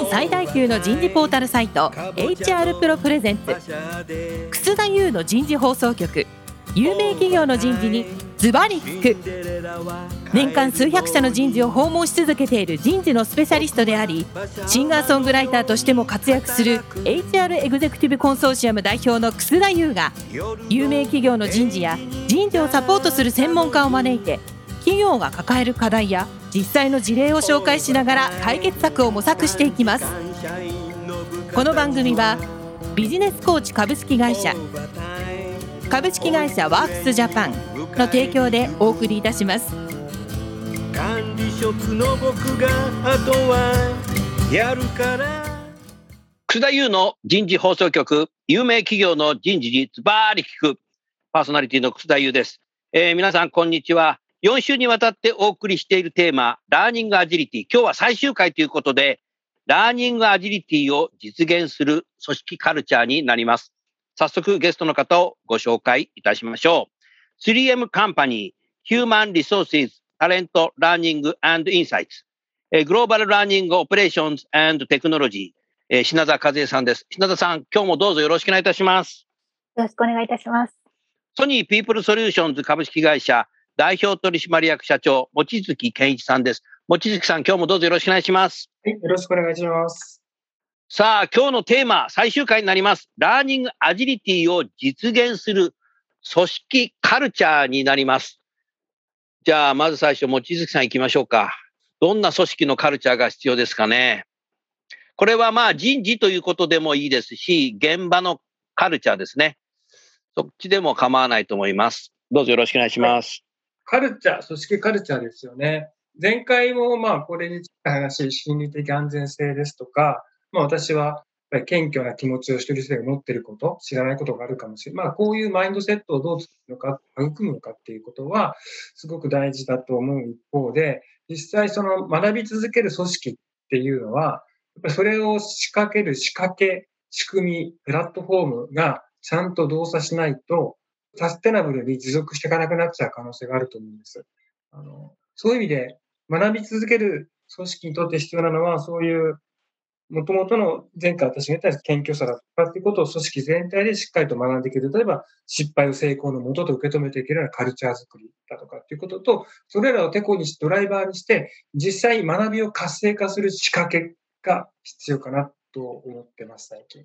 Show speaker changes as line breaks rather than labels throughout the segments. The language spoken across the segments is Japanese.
最大級の人事ポータルサイト HR プロプレゼンツ楠田優の人事放送局。有名企業の人事にズバリ聞く。年間数百社の人事を訪問し続けている人事のスペシャリストであり、シンガーソングライターとしても活躍する HR エグゼクティブコンソーシアム代表の楠田優が、有名企業の人事や人事をサポートする専門家を招いて、企業が抱える課題や実際の事例を紹介しながら解決策を模索していきます。この番組はビジネスコーチ株式会社ワークスジャパンの提供でお送りいたします。
管理職の僕があとはやるから。楠田優の人事放送局、有名企業の人事にズバーリ聞く。パーソナリティの楠田優です。皆さんこんにちは。4週にわたってお送りしているテーマ、ラーニングアジリティ。今日は最終回ということで、ラーニングアジリティを実現する組織カルチャーになります。早速ゲストの方をご紹介いたしましょう。3M カンパニー、Human Resources、タレント、ラーニング&インサイツ、グローバルラーニングオペレーションズ&テクノロジー、品田和恵さんです。品田さん、今日もどうぞよろしくお願いいたします。
よろしくお願いいたします。
ソニーピープルソリューションズ株式会社代表取締役社長、望月健一さんです。望月さん、今日もどうぞよろしくお願いします。
はい、よろしくお願いします。
さあ、今日のテーマ、最終回になります。ラーニングアジリティを実現する組織カルチャーになります。じゃあ、まず最初、望月さん行きましょうか。どんな組織のカルチャーが必要ですかね。これは人事ということでもいいですし、現場のカルチャーですね。そっちでも構わないと思います。どうぞよろしくお願いします。
カルチャー、組織カルチャーですよね。前回もこれに近い話、心理的安全性ですとか、私は謙虚な気持ちを一人一人が持っていること、知らないことがあるかもしれない。こういうマインドセットをどう作るのか、育むのかっていうことは、すごく大事だと思う一方で、実際その学び続ける組織っていうのは、やっぱりそれを仕掛ける仕掛け、仕組み、プラットフォームがちゃんと動作しないと、サステナブルに持続していかなくなっちゃう可能性があると思うんです。そういう意味で、学び続ける組織にとって必要なのは、そういう元々の前回私が言った謙虚さだとかっていうことを組織全体でしっかりと学んでいける。例えば、失敗を成功のもとと受け止めていけるようなカルチャー作りだとかっていうことと、それらをテコにしてドライバーにして、実際学びを活性化する仕掛けが必要かなと思ってます、最近。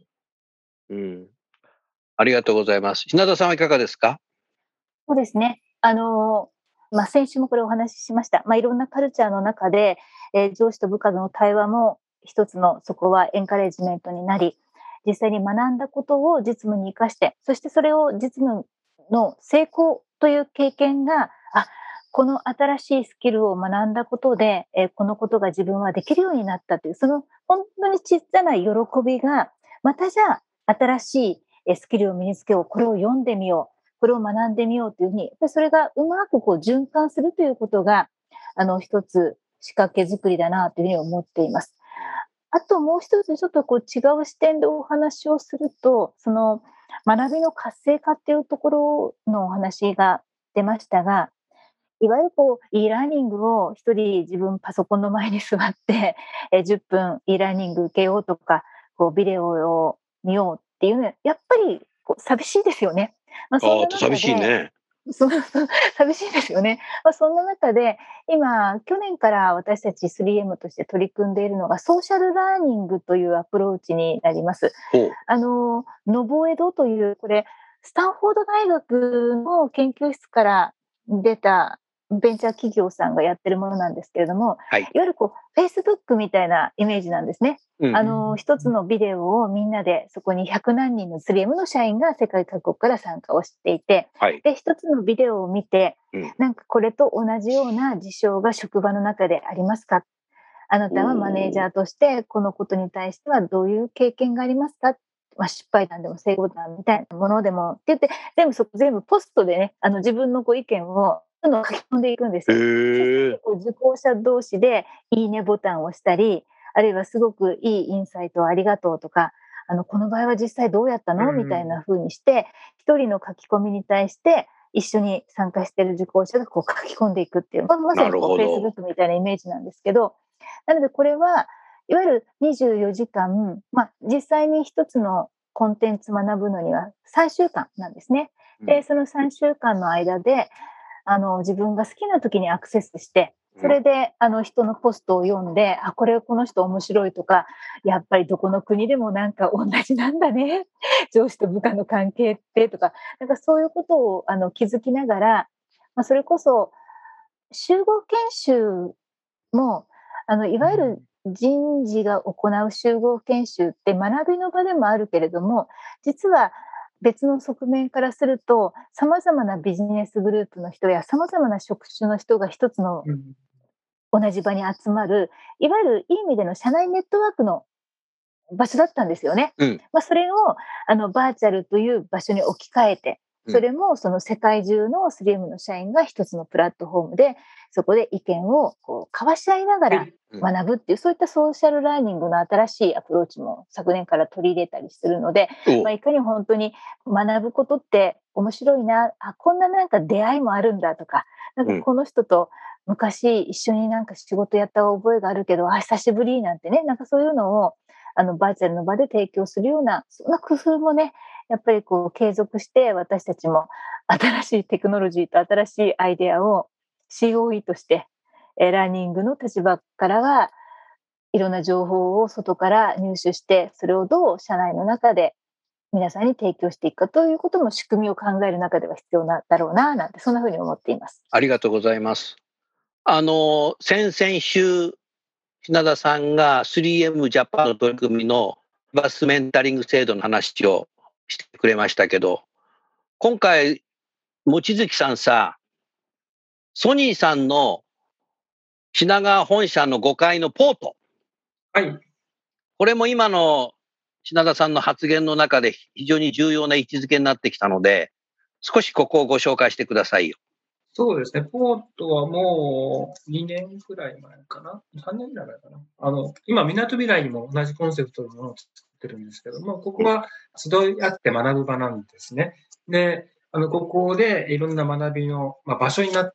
ありがとうございます。品田さんはいかがですか？
そうですね。先週もこれお話ししました。いろんなカルチャーの中で、上司と部下の対話も一つのそこはエンカレージメントになり、実際に学んだことを実務に生かして、そしてそれを実務の成功という経験が、この新しいスキルを学んだことで、このことが自分はできるようになったという、その本当に小さな喜びが、またじゃあ新しいスキルを身につけよう、これを読んでみよう、これを学んでみようというふうに、やっぱりそれがうまく循環するということが、一つ仕掛け作りだなというふうに思っています。あともう一つちょっと違う視点でお話をすると、その学びの活性化っていうところのお話が出ましたが、いわゆるe ラーニングを一人自分パソコンの前に座って10分 e ラーニング受けようとか、ビデオを見ようっていうのはやっぱり寂しいですよね。
寂しいね。
寂しいですよね。そんな中で今去年から私たち 3M として取り組んでいるのがソーシャルラーニングというアプローチになります。ノボエドというこれスタンフォード大学の研究室から出たベンチャー企業さんがやってるものなんですけれども、いわゆるFacebook みたいなイメージなんですね。一つのビデオをみんなでそこに100何人の 3M の社員が世界各国から参加をしていて、で一つのビデオを見て、なんかこれと同じような事象が職場の中でありますか？あなたはマネージャーとしてこのことに対してはどういう経験がありますか？失敗談でも成功談みたいなものでもって言って、全部ポストでね、自分の意見を書き込んでいくんですよ。受講者同士でいいねボタンを押したり、あるいはすごくいいインサイトをありがとうとか、この場合は実際どうやったのみたいな風にして、一人の書き込みに対して一緒に参加している受講者が書き込んでいくっていう、まさにFacebook みたいなイメージなんですけど、なのでこれはいわゆる24時間、実際に一つのコンテンツ学ぶのには3週間なんですね。で、その3週間の間で、自分が好きな時にアクセスして、それで、人のポストを読んで、この人面白いとか、やっぱりどこの国でもなんか同じなんだね。上司と部下の関係ってとか、なんかそういうことを気づきながら、それこそ集合研修も、いわゆる人事が行う集合研修って学びの場でもあるけれども、実は別の側面からすると、様々なビジネスグループの人や様々な職種の人が一つの同じ場に集まる、いわゆるいい意味での社内ネットワークの場所だったんですよね。それをバーチャルという場所に置き換えて、それもその世界中の3Mの社員が一つのプラットフォームで、そこで意見をこう交わし合いながら学ぶっていう、そういったソーシャルラーニングの新しいアプローチも昨年から取り入れたりするので、いかに本当に学ぶことって面白いな、こんななんか出会いもあるんだとか、なんかこの人と昔一緒になんか仕事やった覚えがあるけど、久しぶりなんてね、なんかそういうのをバーチャルの場で提供するような、そんな工夫もね、やっぱりこう継続して私たちも新しいテクノロジーと新しいアイデアを COE として、ラーニングの立場からはいろんな情報を外から入手して、それをどう社内の中で皆さんに提供していくかということも仕組みを考える中では必要なんだろうな、なんてそんなふうに思っています。
ありがとうございます。先々週、品田さんが 3M ジャパンの取り組みのバスメンタリング制度の話をしてくれましたけど、今回、望月さんさ、ソニーさんの品川本社の5階のポート。
はい。
これも今の品田さんの発言の中で非常に重要な位置づけになってきたので、少しここをご紹介してくださいよ。
そうですね。ポートはもう2年くらい前かな ?3 年くらい前かな今、みなとみらいにも同じコンセプトのものを作ってるんですけども、ここは集い合って学ぶ場なんですね。で、ここでいろんな学びの、場所になって、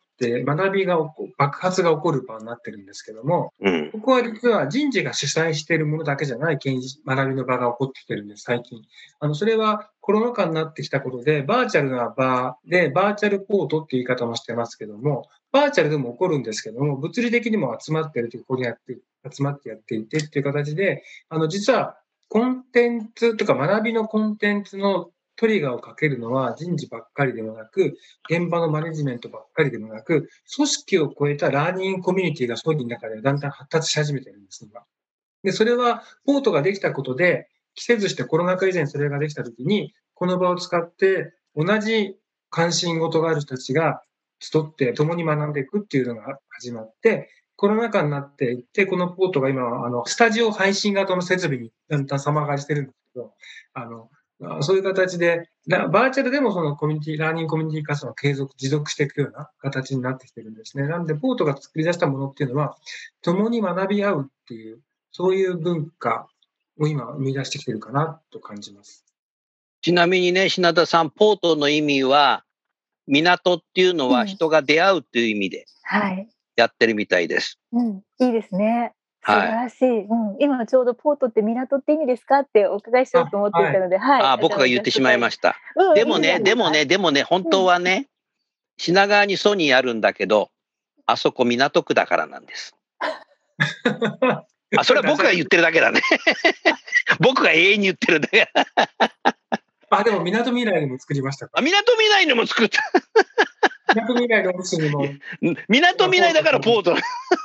学びが爆発が起こる場になってるんですけども、ここは実は人事が主催しているものだけじゃない学びの場が起こってきてるんです、最近。それはコロナ禍になってきたことで、バーチャルな場で、バーチャルポートっていう言い方もしてますけども、バーチャルでも起こるんですけども、物理的にも集まってるという、ここに集まってやっていてっていう形で、実はコンテンツとか学びのコンテンツのトリガーをかけるのは人事ばっかりでもなく、現場のマネジメントばっかりでもなく、組織を超えたラーニングコミュニティがソニーの中でだんだん発達し始めてるんです、今。で、それはポートができたことで、季節してコロナ禍以前それができたときに、この場を使って同じ関心事がある人たちが集って共に学んでいくっていうのが始まって、コロナ禍になっていって、このポートが今、スタジオ配信型の設備にだんだん様変わりしてるんですけど、そういう形で、バーチャルでもそのコミュニティ、ラーニングコミュニティ活動が持続していくような形になってきてるんですね。なので、ポートが作り出したものっていうのは、共に学び合うっていう、そういう文化を今生み出してきてるかなと感じます。
ちなみにね、品田さん、ポートの意味は、港っていうのは人が出会うっていう意味でやってるみたいです。
いいですね。素晴らしい。今ちょうどポートって港って意味ですかってお伺いしようと思っていたので、
僕が言ってしまいました。でもね、本当はね、品川にソニーあるんだけど、あそこ港区だからなんです。それは僕が言ってるだけだね。僕が永遠に言ってるだけ。
でも港未来にも作りましたか。
港未来にも作った。
港未来のオフィスにも。
港未来だからポート。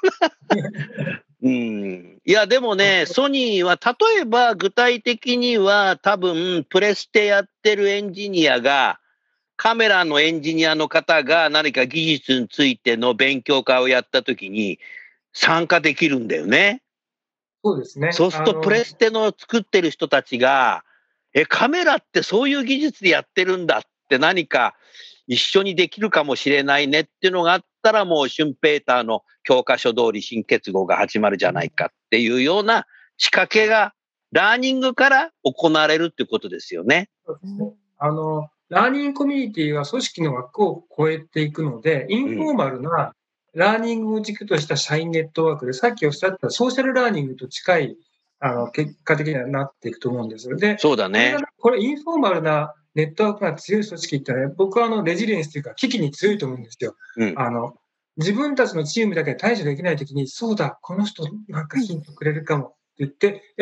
いや、でもね、ソニーは、例えば具体的には多分、プレステやってるエンジニアが、カメラのエンジニアの方が何か技術についての勉強会をやったときに参加できるんだよね。
そうですね。
そうすると、プレステの作ってる人たちが、カメラってそういう技術でやってるんだって何か一緒にできるかもしれないねっていうのがあったら、もうシュンペーターの教科書通り新結合が始まるじゃないかっていうような仕掛けがラーニングから行われるっていうことですよね。
そうですね。ラーニングコミュニティは組織の枠を超えていくので、インフォーマルなラーニングを軸とした社員ネットワークで、さっきおっしゃったソーシャルラーニングと近い、結果的にはなっていくと思うんです。で、
そうだね。
これインフォーマルなネットワークが強い組織ってね、僕はレジリエンスというか危機に強いと思うんですよ。自分たちのチームだけで対処できないときに、そうだ、この人なんかヒントくれるかもって言って、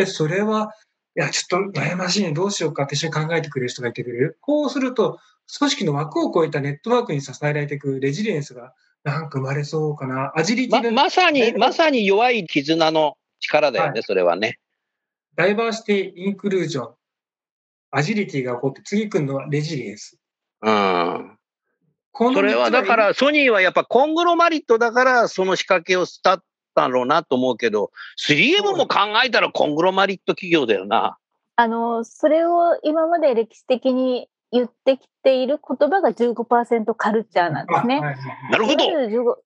それは、ちょっと悩ましいね、どうしようかって一緒に考えてくれる人がいてくれる。こうすると、組織の枠を超えたネットワークに支えられていくレジリエンスがなんか生まれそうかな。アジリティ
まさに弱い絆の力だよね、それはね。
ダイバーシティ、インクルージョン、アジリティが起こって、次来るのはレジリエンス。
それはだから、ソニーはやっぱコングロマリットだから、その仕掛けをしたったろうなと思うけど、3M も考えたらコングロマリット企業だよな。
それを今まで歴史的に言ってきている言葉が 15% カルチャーなんですね。
なるほど。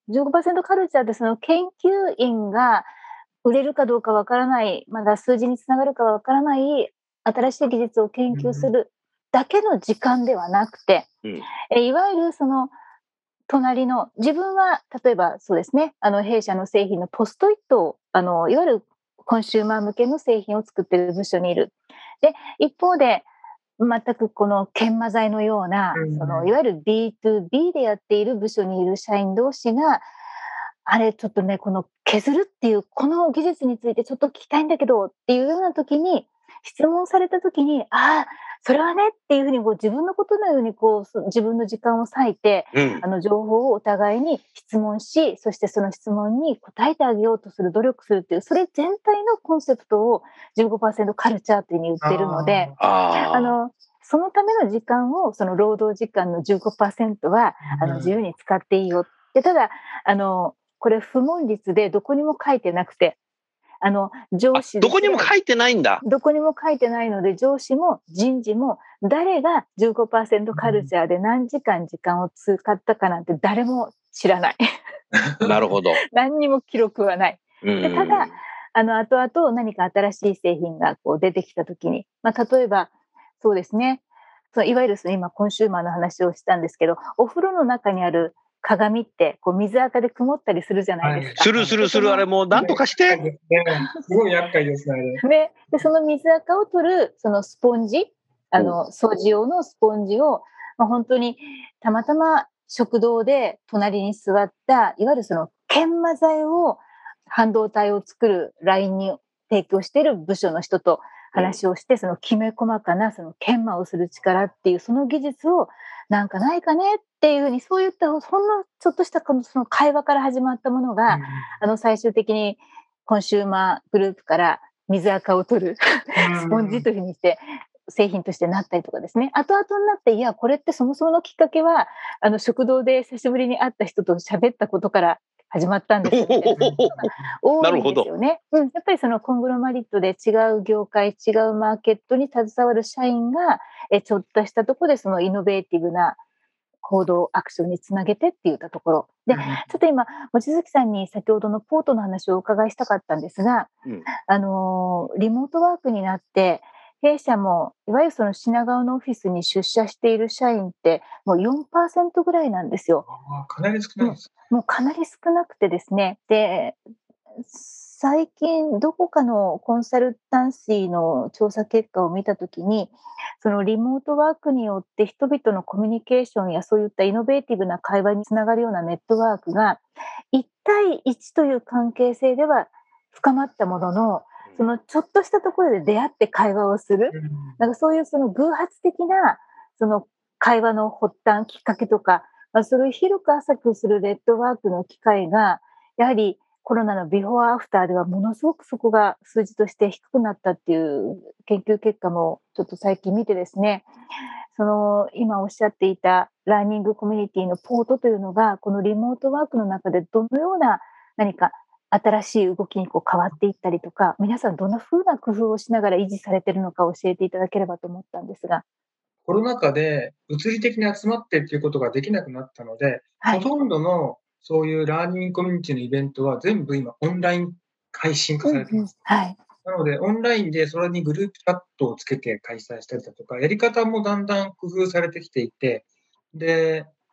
15% カルチャーってその研究員が売れるかどうかわからない、まだ数字につながるかわからない新しい技術を研究するだけの時間ではなくて、いわゆるその隣の自分は例えばそうですね、弊社の製品のポストイットをいわゆるコンシューマー向けの製品を作っている部署にいる。で、一方で全くこの研磨剤のような、いわゆる B2B でやっている部署にいる社員同士が、あれちょっとね、この削るっていうこの技術についてちょっと聞きたいんだけどっていうような時に、質問された時に、それはねっていうふうに自分のことのように自分の時間を割いて、情報をお互いに質問し、そしてその質問に答えてあげようとする、努力するっていう、それ全体のコンセプトを 15% カルチャーっていうふうに言ってるので、そのための時間を、その労働時間の 15% は自由に使っていいよ。で、ただこれ不問率でどこにも書いてなくて、上司
どこにも書いてないんだ。
どこにも書いてないので、上司も人事も誰が 15% カルチャーで何時間時間を使ったかなんて誰も知らない。
なるほど。
何にも記録はない。で、ただ後々何か新しい製品が出てきたときに、例えばそうですね、いわゆる今コンシューマーの話をしたんですけど、お風呂の中にある鏡って水垢で曇ったりするじゃないですか。
するあれもう何とかして。
すごい厄介ですね。
で、その水垢を取るそのスポンジ、掃除用のスポンジを、本当にたまたま食堂で隣に座った、いわゆるその研磨剤を半導体を作るラインに提供している部署の人と話をして、そのきめ細かなその研磨をする力っていうその技術をなんかないかねっていうふうに、そういったほんのちょっとしたその会話から始まったものが、最終的にコンシューマーグループから水垢を取るスポンジというふうにして製品としてなったりとかですね。後々になって、いやこれってそもそものきっかけは食堂で久しぶりに会った人と喋ったことから始まったんですよ。多いですよね。やっぱりそのコングロマリットで違う業界、違うマーケットに携わる社員がちょっとしたところでそのイノベーティブな行動アクションにつなげてっていったところで、ちょっと今望月さんに先ほどのポートの話をお伺いしたかったんですが、リモートワークになって弊社もいわゆるその品川のオフィスに出社している社員ってもう 4% ぐらいなんですよ。
かなり少ないです。
もうかなり少なくてですね。で、最近どこかのコンサルタンシーの調査結果を見たときに、そのリモートワークによって人々のコミュニケーションやそういったイノベーティブな会話につながるようなネットワークが1対1という関係性では深まったものの、そのちょっとしたところで出会って会話をする、なんかそういうその偶発的なその会話の発端きっかけとか、それを広く浅くするネットワークの機会がやはりコロナのビフォーアフターではものすごくそこが数字として低くなったっていう研究結果もちょっと最近見てですね、その今おっしゃっていたラーニングコミュニティのポートというのがこのリモートワークの中でどのような何か新しい動きに変わっていったりとか、皆さんどんな風な工夫をしながら維持されているのか教えていただければと思ったんですが。
コロナ禍で物理的に集まってっていうことができなくなったので、ほとんどのそういうラーニングコミュニティのイベントは全部今オンライン配信化されています。なのでオンラインでそれにグループチャットをつけて開催したりだとか、やり方もだんだん工夫されてきていて、で、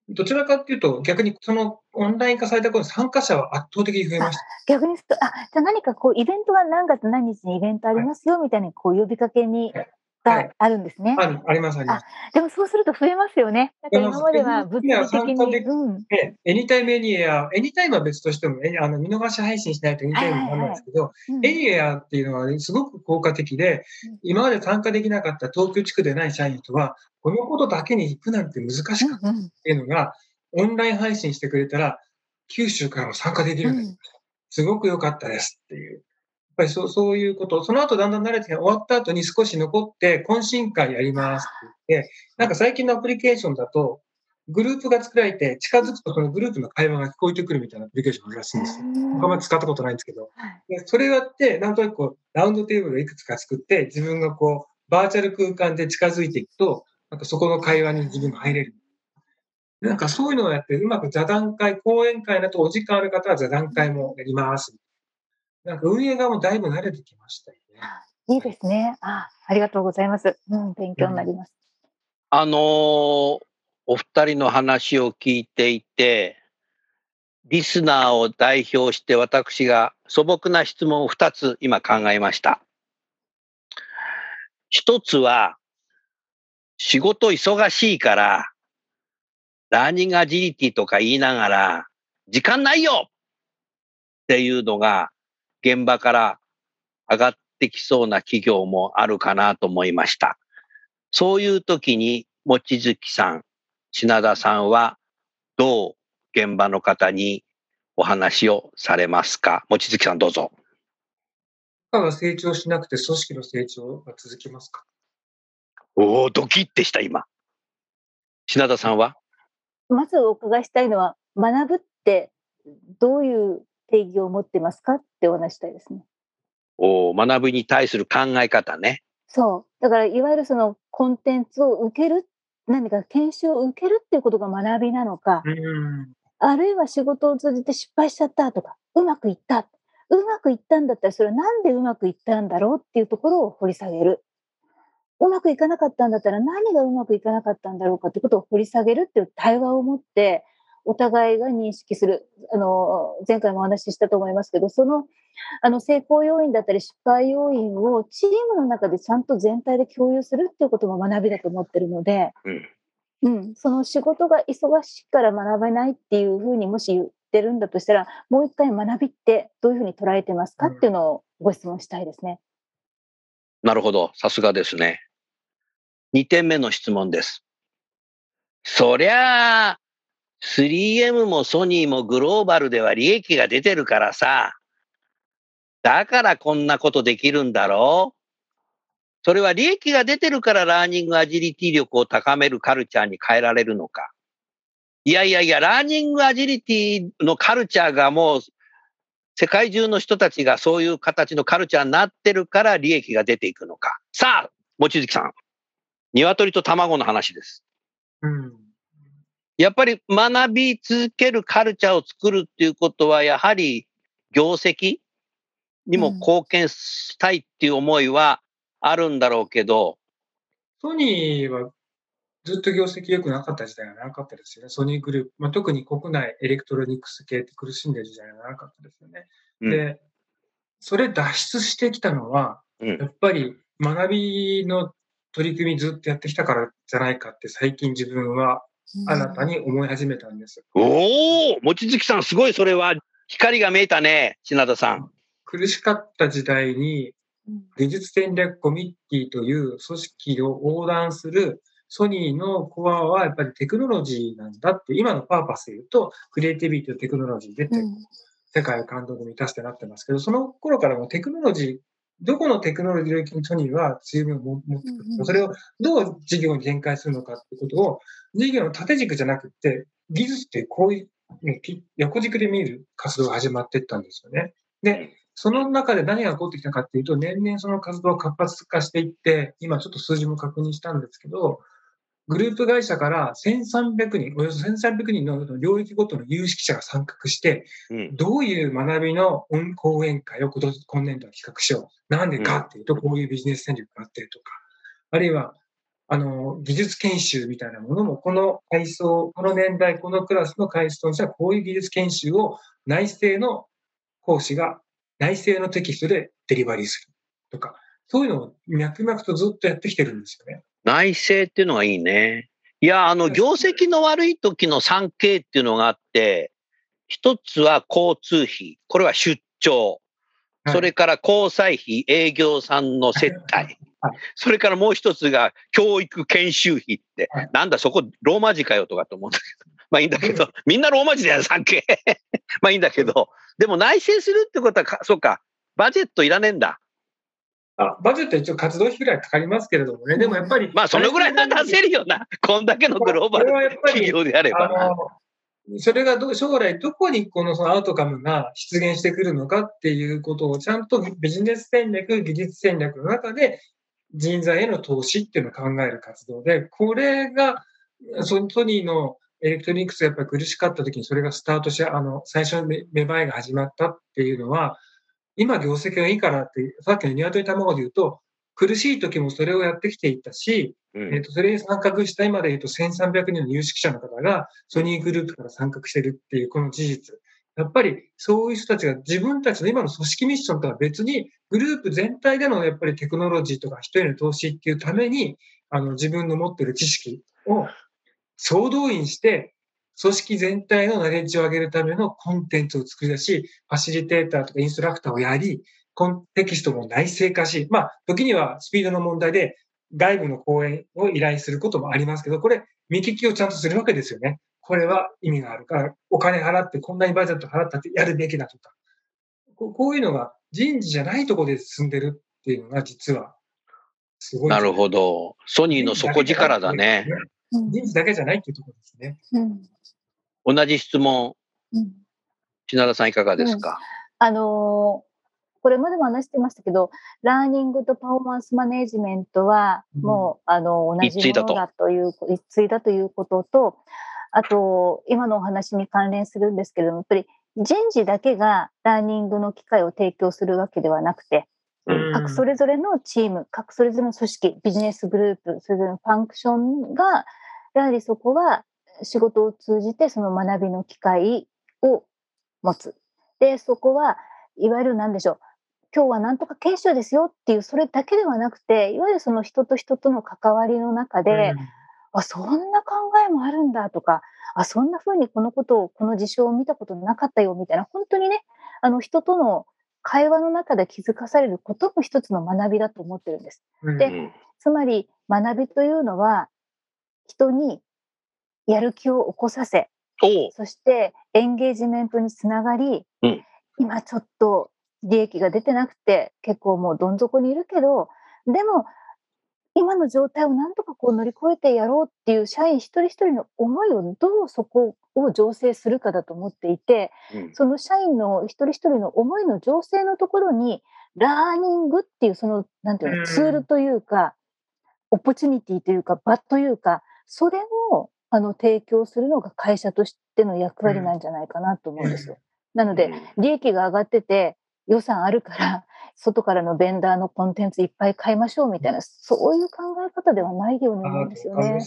どちらかっていうと、逆にそのオンライン化された頃、参加者は圧倒的に増えました。
逆にすると、じゃあ何かこうイベントは何月何日にイベントありますよ、みたいにこう呼びかけに、があるんですね。
あります、あります。
でもそうすると増えますよね。なんか今までは物理的に。
エニタイムエニウェア、エニタイムは別としても、見逃し配信しないとエニタイムにならないんですけど、エニウェアっていうのは、すごく効果的で、今まで参加できなかった東京地区でない社員とは、このことだけに行くなんて難しかったっていうのが、オンライン配信してくれたら、九州からも参加できるようになりました。すごく良かったですっていう。やっぱりそういうこと、その後だんだん慣れて、終わった後に少し残って、懇親会やりますって言って、なんか最近のアプリケーションだと、グループが作られて、近づくとそのグループの会話が聞こえてくるみたいなアプリケーションがあるらしいんですよ。僕はまだ使ったことないんですけど。でそれをやって、なんとなくこう、ラウンドテーブルをいくつか作って、自分がこう、バーチャル空間で近づいていくと、なんかそこの会話に自分も入れる。なんかそういうのをやって、うまく座談会、講演会だとお時間ある方は座談会もやります。なんか運営側もだいぶ慣れてきましたよね。
いいですね。ありがとうございます。勉強になります。
お二人の話を聞いていて、リスナーを代表して私が素朴な質問を2つ今考えました。一つは、仕事忙しいから、ラーニングアジリティとか言いながら、時間ないよっていうのが現場から上がってきそうな企業もあるかなと思いました。そういう時に、望月さん、品田さんはどう現場の方にお話をされますか？望月さんどうぞ。
が成長しなくて組織の成長が続きますか？
ドキッてした今。品田さんは？
まずお伺いしたいのは、学ぶってどういう定義を持ってますかってお話したいですね。
学びに対する考え方ね。
そう。だからいわゆるそのコンテンツを受ける、何か研修を受けるっていうことが学びなのか、あるいは仕事を通じて失敗しちゃったとか、うまくいった。うまくいったんだったらそれはなんでうまくいったんだろうっていうところを掘り下げる。うまくいかなかったんだったら何がうまくいかなかったんだろうかってことを掘り下げるっていう対話を持ってお互いが認識する。前回もお話ししたと思いますけど、その成功要因だったり失敗要因をチームの中でちゃんと全体で共有するっていうことも学びだと思ってるので、その仕事が忙しいから学べないっていうふうにもし言ってるんだとしたら、もう一回学びってどういうふうに捉えてますかっていうのをご質問したいですね。
なるほど。さすがですね。2点目の質問です。そりゃあ、3M もソニーもグローバルでは利益が出てるからさ、だからこんなことできるんだろう。それは利益が出てるからラーニングアジリティ力を高めるカルチャーに変えられるのか。いや、ラーニングアジリティのカルチャーがもう世界中の人たちがそういう形のカルチャーになってるから利益が出ていくのか。さあ、望月さん。鶏と卵の話です。やっぱり学び続けるカルチャーを作るっていうことは、やはり業績にも貢献したいっていう思いはあるんだろうけど。
ソニーはずっと業績良くなかった時代が長かったですよね。ソニーグループ。特に国内エレクトロニクス系って苦しんでる時代が長かったですよね。で、それ脱出してきたのは、やっぱり学びの取り組みずっとやってきたからじゃないかって最近自分は新たに思い始めたんです。
望月さんすごい、それは光が見えたね、品田さん。
苦しかった時代に技術戦略コミッティという組織を横断するソニーのコアはやっぱりテクノロジーなんだって、今のパーパスで言うとクリエイティビティとテクノロジーでって世界を感動で満たしてなってますけど、その頃からもテクノロジー、どこのテクノロジー領域にソニーは強みを持ってくる。それをどう事業に展開するのかっていうことを、事業の縦軸じゃなくて、技術ってこういう横軸で見る活動が始まっていったんですよね。で、その中で何が起こってきたかっていうと、年々その活動が活発化していって、今ちょっと数字も確認したんですけど、グループ会社から1300人、およそ1300人の領域ごとの有識者が参画して、どういう学びの講演会を今年度は企画しよう。なんでかっていうと、こういうビジネス戦略があってとか、あるいは技術研修みたいなものも、この年代、このクラスの階層にはこういう技術研修を内製の講師が内製のテキストでデリバリーするとか、そういうのを脈々とずっとやってきてるんですよね。
内製っていうのがいいね。いや、業績の悪い時の 3K っていうのがあって、一つは交通費。これは出張。それから交際費、営業さんの接待。それからもう一つが教育研修費って、なんだそこローマ字かよとかと思うんだけど。まあいいんだけど、みんなローマ字だよ、3K。まあいいんだけど、でも内製するってことは、そうか、バジェットいらねえんだ。
バジェットは一応活動費ぐらいかかりますけれどもね、でもやっぱり。
まあそのぐらいは出せるよな。こんだけのグローバル企業であればな。
それが将来どこにそのアウトカムが出現してくるのかっていうことをちゃんとビジネス戦略、技術戦略の中で人材への投資っていうのを考える活動で、これがソニーのエレクトロニクスがやっぱり苦しかった時にそれがスタートして、最初の芽生えが始まったっていうのは、今業績がいいからって、さっきの鶏卵で言うと、苦しい時もそれをやってきていたし、それに参画した今で言うと1300人の有識者の方がソニーグループから参画してるっていうこの事実。やっぱりそういう人たちが自分たちの今の組織ミッションとは別にグループ全体でのやっぱりテクノロジーとか人への投資っていうために自分の持っている知識を総動員して組織全体のナレッジを上げるためのコンテンツを作り出し、ファシリテーターとかインストラクターをやり、テキストも内製化し、時にはスピードの問題で外部の講演を依頼することもありますけど、これ、見聞きをちゃんとするわけですよね。これは意味があるから、お金払ってこんなにバジェット払ったってやるべきだとか。こういうのが人事じゃないところで進んでるっていうのが実はすごい。
なるほど。ソニーの底力だね。
人事だけじゃないっていうところですね。
同じ質問。品田さんいかがですか？
これまでも話してましたけど、ラーニングとパフォーマンスマネジメントは、もう、同じものだという、一対だということと、あと、今のお話に関連するんですけれども、やっぱり人事だけがラーニングの機会を提供するわけではなくて、各それぞれのチーム、各それぞれの組織、ビジネスグループ、それぞれのファンクションが、やはりそこは仕事を通じてその学びの機会を持つ。で、そこはいわゆる何でしょう。今日はなんとか研修ですよっていう、それだけではなくて、いわゆるその人と人との関わりの中で、そんな考えもあるんだとか、そんな風にこの事象を見たことなかったよみたいな、本当にね、人との会話の中で気づかされることも一つの学びだと思ってるんです。で、つまり学びというのは、人にやる気を起こさせ、そしてエンゲージメントにつながり、今ちょっと利益が出てなくて結構もうどん底にいるけど、でも今の状態をなんとか乗り越えてやろうっていう社員一人一人の思いをどうそこを醸成するかだと思っていて、その社員の一人一人の思いの醸成のところにラーニングっていうそのなんていうのツールというかオポチュニティというか場というか、それを提供するのが会社としての役割なんじゃないかなと思うんですよ。なので利益が上がってて予算あるから外からのベンダーのコンテンツいっぱい買いましょうみたいな、そういう考え方ではないように思うんですよね。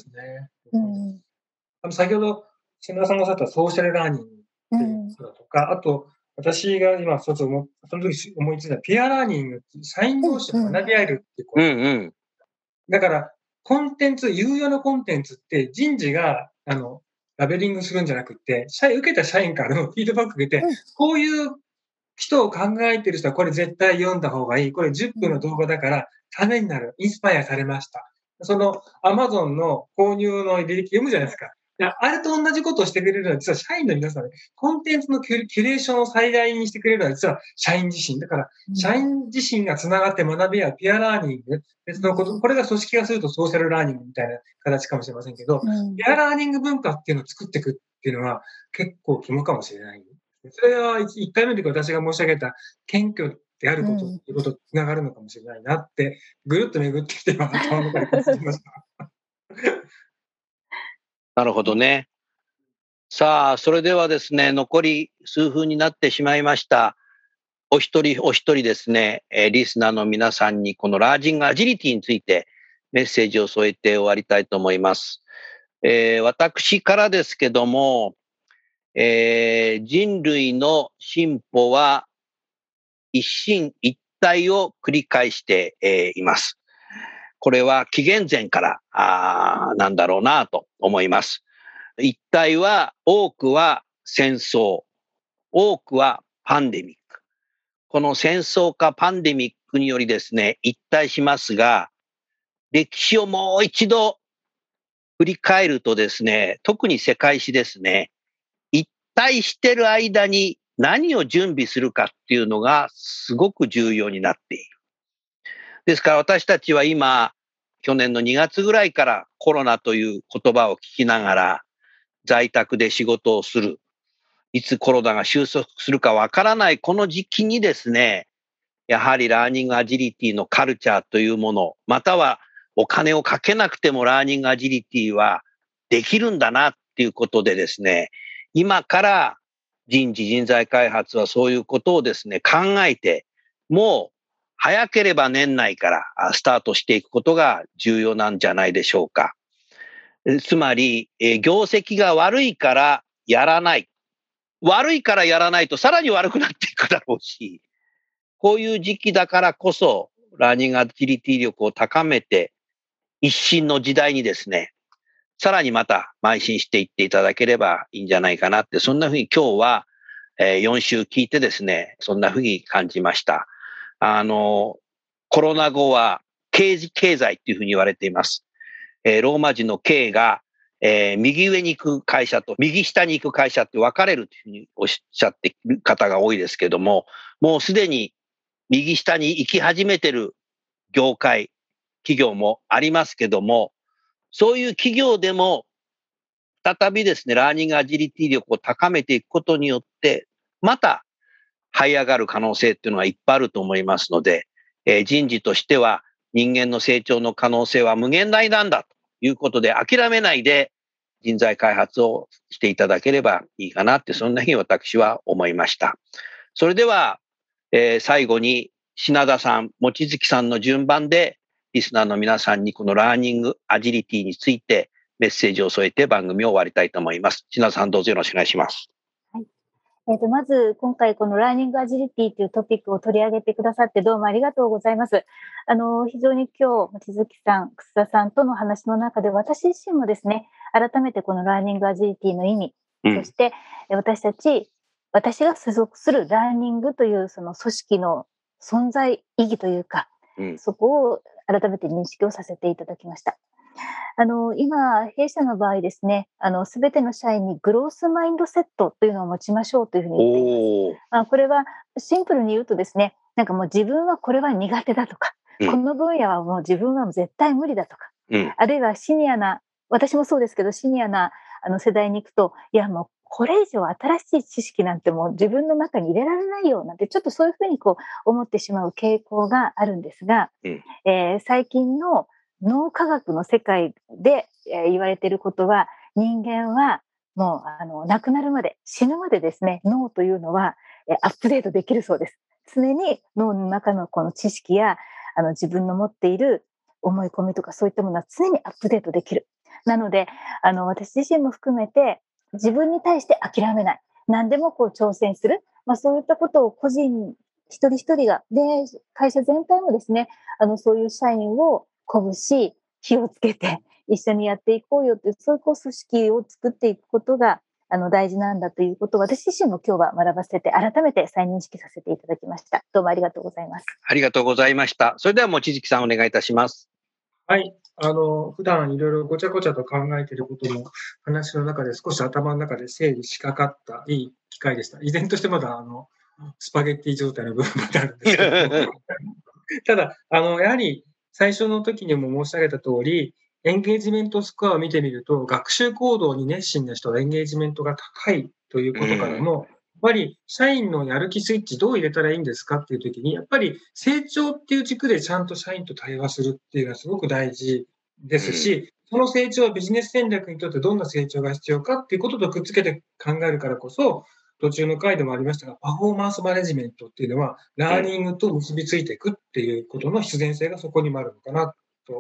先ほど品田さんがおっしゃったソーシャルラーニングっていうこととか、あと私が今その時思いついたピアラーニングっていう社員同士で学び合えるっていうこと。だからコンテンツ、有用なコンテンツって人事がラベリングするんじゃなくて、受けた社員からのフィードバックを受けて、こういう人を考えている人はこれ絶対読んだ方がいい。これ10分の動画だからためになる。インスパイアされました。その Amazon の購入の履歴読むじゃないですか。あれと同じことをしてくれるのは実は社員の皆さん、コンテンツのキュレーションを最大にしてくれるのは実は社員自身。だから、社員自身がつながって学び合うピアラーニング。別のこと、これが組織化するとソーシャルラーニングみたいな形かもしれませんけど、ピアラーニング文化っていうのを作っていくっていうのは結構肝かもしれない。それは1回目の時私が申し上げた謙虚であることっていうこととつながるのかもしれないなって、ぐるっと巡ってきて頭の中で感じました。
なるほどね。さあ、それではですね、残り数分になってしまいました。お一人お一人ですね、リスナーの皆さんにこのラージングアジリティについて、 メッセージを添えて終わりたいと思います。私からですけども、人類の進歩は一進一退を繰り返して、います。これは紀元前からなんだろうなと思います。一体は多くは戦争、多くはパンデミック。この戦争かパンデミックによりですね、一体しますが、歴史をもう一度振り返るとですね、特に世界史ですね、一体してる間に何を準備するかっていうのがすごく重要になっている。ですから私たちは今、去年の2月ぐらいからコロナという言葉を聞きながら在宅で仕事をする。いつコロナが収束するかわからないこの時期にですね、やはりラーニングアジリティのカルチャーというもの、またはお金をかけなくてもラーニングアジリティはできるんだなっていうことでですね、今から人材開発はそういうことをですね、考えて、もう早ければ年内からスタートしていくことが重要なんじゃないでしょうか。つまり、業績が悪いからやらない。悪いからやらないとさらに悪くなっていくだろうし、こういう時期だからこそ、ラーニングアジリティ力を高めて、一新の時代にですね、さらにまた邁進していっていただければいいんじゃないかなって、そんなふうに今日は4週聞いてですね、そんなふうに感じました。コロナ後は経済っていうふうに言われています。ローマ字の K が、右上に行く会社と右下に行く会社って分かれるというふうにおっしゃっている方が多いですけども、もうすでに右下に行き始めてる業界、企業もありますけども、そういう企業でも再びですね、ラーニングアジリティ力を高めていくことによって、また這い上がる可能性っていうのがいっぱいあると思いますので、人事としては人間の成長の可能性は無限大なんだということで諦めないで人材開発をしていただければいいかなって、そんなふうに私は思いました。それでは、最後に品田さん、望月さんの順番でリスナーの皆さんにこのラーニングアジリティについてメッセージを添えて番組を終わりたいと思います。品田さん、どうぞよろしくお願いします。
はい。まず今回このラーニングアジリティというトピックを取り上げてくださってどうもありがとうございます。非常に今日望月さん、楠田さんとの話の中で私自身もですね、改めてこのラーニングアジリティの意味、そして私が所属するラーニングというその組織の存在意義というか、そこを改めて認識をさせていただきました。今、弊社の場合ですね、すべての社員にグロースマインドセットというのを持ちましょうというふうに言っています。これはシンプルに言うとですね、なんかもう自分はこれは苦手だとか、この分野はもう自分は絶対無理だとか、あるいは私もそうですけど、シニアな世代に行くと、いやもうこれ以上新しい知識なんてもう自分の中に入れられないよなんて、ちょっとそういうふうに思ってしまう傾向があるんですが、最近の脳科学の世界で言われていることは、人間はもう亡くなるまで、死ぬまでですね、脳というのはアップデートできるそうです。常に脳の中のこの知識や自分の持っている思い込みとかそういったものは常にアップデートできる。なので私自身も含めて自分に対して諦めない、何でも挑戦する、そういったことを個人一人一人がで会社全体もですね、そういう社員を鼓舞し火をつけて一緒にやっていこうよという、そういう組織を作っていくことが大事なんだということを私自身も今日は学ばせて改めて再認識させていただきました。どうもありがとうございます。
ありがとうございました。それでは望月さんお願いいたします。
はい。普段いろいろごちゃごちゃと考えていることも話の中で少し頭の中で整理しかかったいい機会でした。依然としてまだスパゲッティ状態の部分まであるんですけどただやはり最初の時にも申し上げた通り、エンゲージメントスコアを見てみると、学習行動に熱心な人はエンゲージメントが高いということからも、やっぱり社員のやる気スイッチどう入れたらいいんですかっていう時に、やっぱり成長っていう軸でちゃんと社員と対話するっていうのはすごく大事ですし、その成長はビジネス戦略にとってどんな成長が必要かっていうこととくっつけて考えるからこそ、途中の回でもありましたが、パフォーマンスマネジメントっていうのは、ラーニングと結びついていくっていうことの必然性がそこにもあるのかなと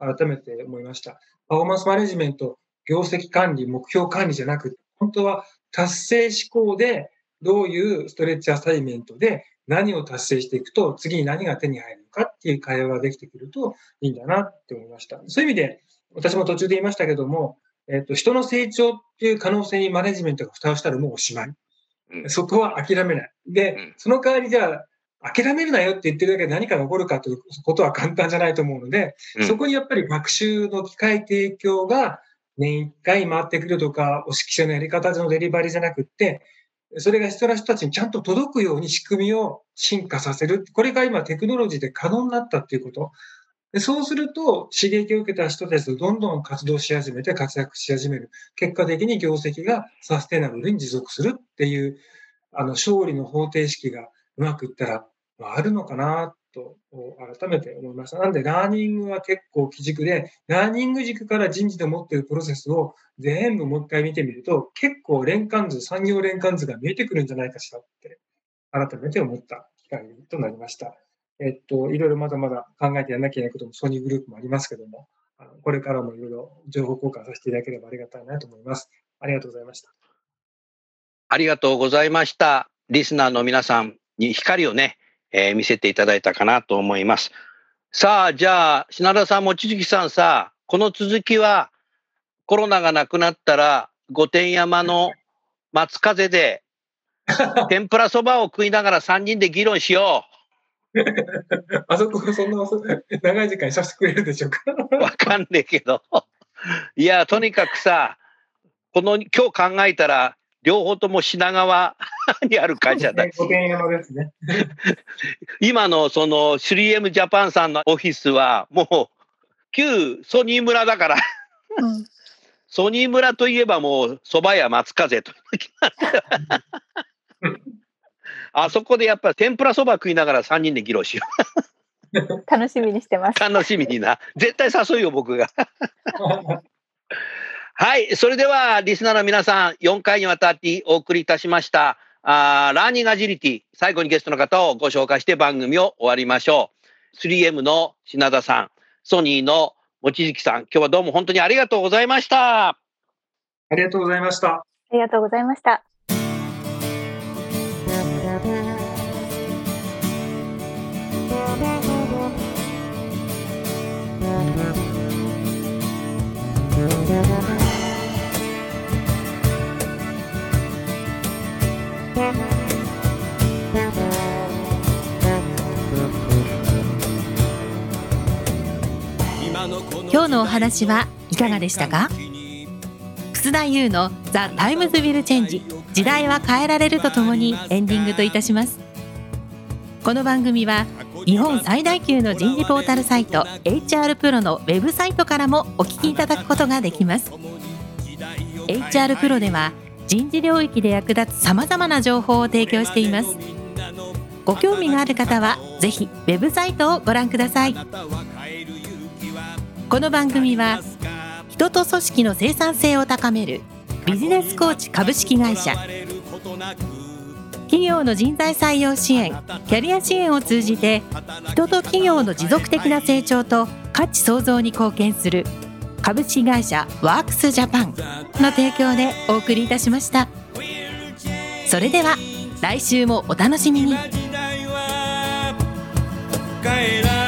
改めて思いました。パフォーマンスマネジメント、業績管理、目標管理じゃなく、本当は達成思考で、どういうストレッチアサイメントで何を達成していくと、次に何が手に入るかっていう会話ができてくるといいんだなって思いました。そういう意味で、私も途中で言いましたけども、人の成長っていう可能性にマネジメントが蓋をしたらもうおしまい。そこは諦めない。で、その代わりじゃあ、諦めるなよって言ってるだけで何かが起こるかということは簡単じゃないと思うので、そこにやっぱり学習の機会提供が年1回回ってくるとか、お指揮者のやり方のデリバリーじゃなくって、それが必要な人たちにちゃんと届くように仕組みを進化させる。これが今テクノロジーで可能になったっていうこと。でそうすると、刺激を受けた人たちとどんどん活動し始めて活躍し始める。結果的に業績がサステナブルに持続するっていう、勝利の方程式がうまくいったら、あるのかなと改めて思いました。なんで、ラーニングは結構基軸で、ラーニング軸から人事で持っているプロセスを全部もう一回見てみると、結構連関図、産業連関図が見えてくるんじゃないかしらって、改めて思った機会となりました。いろいろまだまだ考えてやらなきゃいけないこともソニーグループもありますけども、これからもいろいろ情報交換させていただければありがたいなと思います。ありがとうございました。
ありがとうございました。リスナーの皆さんに光をね、見せていただいたかなと思います。さあ、じゃあ、品田さん、望月さんさ、この続きはコロナがなくなったら、御殿山の松風で天ぷらそばを食いながら3人で議論しよう。
あそこそんな長い時間にさせてくれるでしょうか。
わかんねえけど。いや、とにかくさ、今日考えたら、両方とも品川にある会社だし。
御殿山ですね。
今のその 3M ジャパンさんのオフィスは、もう、旧ソニー村だから、ソニー村といえばもう、蕎麦屋松風と。あそこでやっぱり天ぷらそば食いながら3人で議論しよ
う。楽しみにしてます。
楽しみにな。絶対誘うよ、僕が。はい。それでは、リスナーの皆さん、4回にわたってお送りいたしました、ラーニングアジリティ、最後にゲストの方をご紹介して番組を終わりましょう。3M の品田さん、ソニーの望月さん、今日はどうも本当にありがとうございました。
ありがとうございました。
ありがとうございました。
今日のお話はいかがでしたか？楠田優の The Times Will Change 時代は変えられるとともにエンディングといたします。この番組は日本最大級の人事ポータルサイト HR プロのウェブサイトからもお聞きいただくことができます。 HR プロでは人事領域で役立つさまざまな情報を提供しています。ご興味がある方はぜひウェブサイトをご覧ください。この番組は人と組織の生産性を高めるビジネスコーチ株式会社、企業の人材採用支援、キャリア支援を通じて人と企業の持続的な成長と価値創造に貢献する株式会社ワークスジャパンの提供でお送りいたしました。それでは来週もお楽しみに。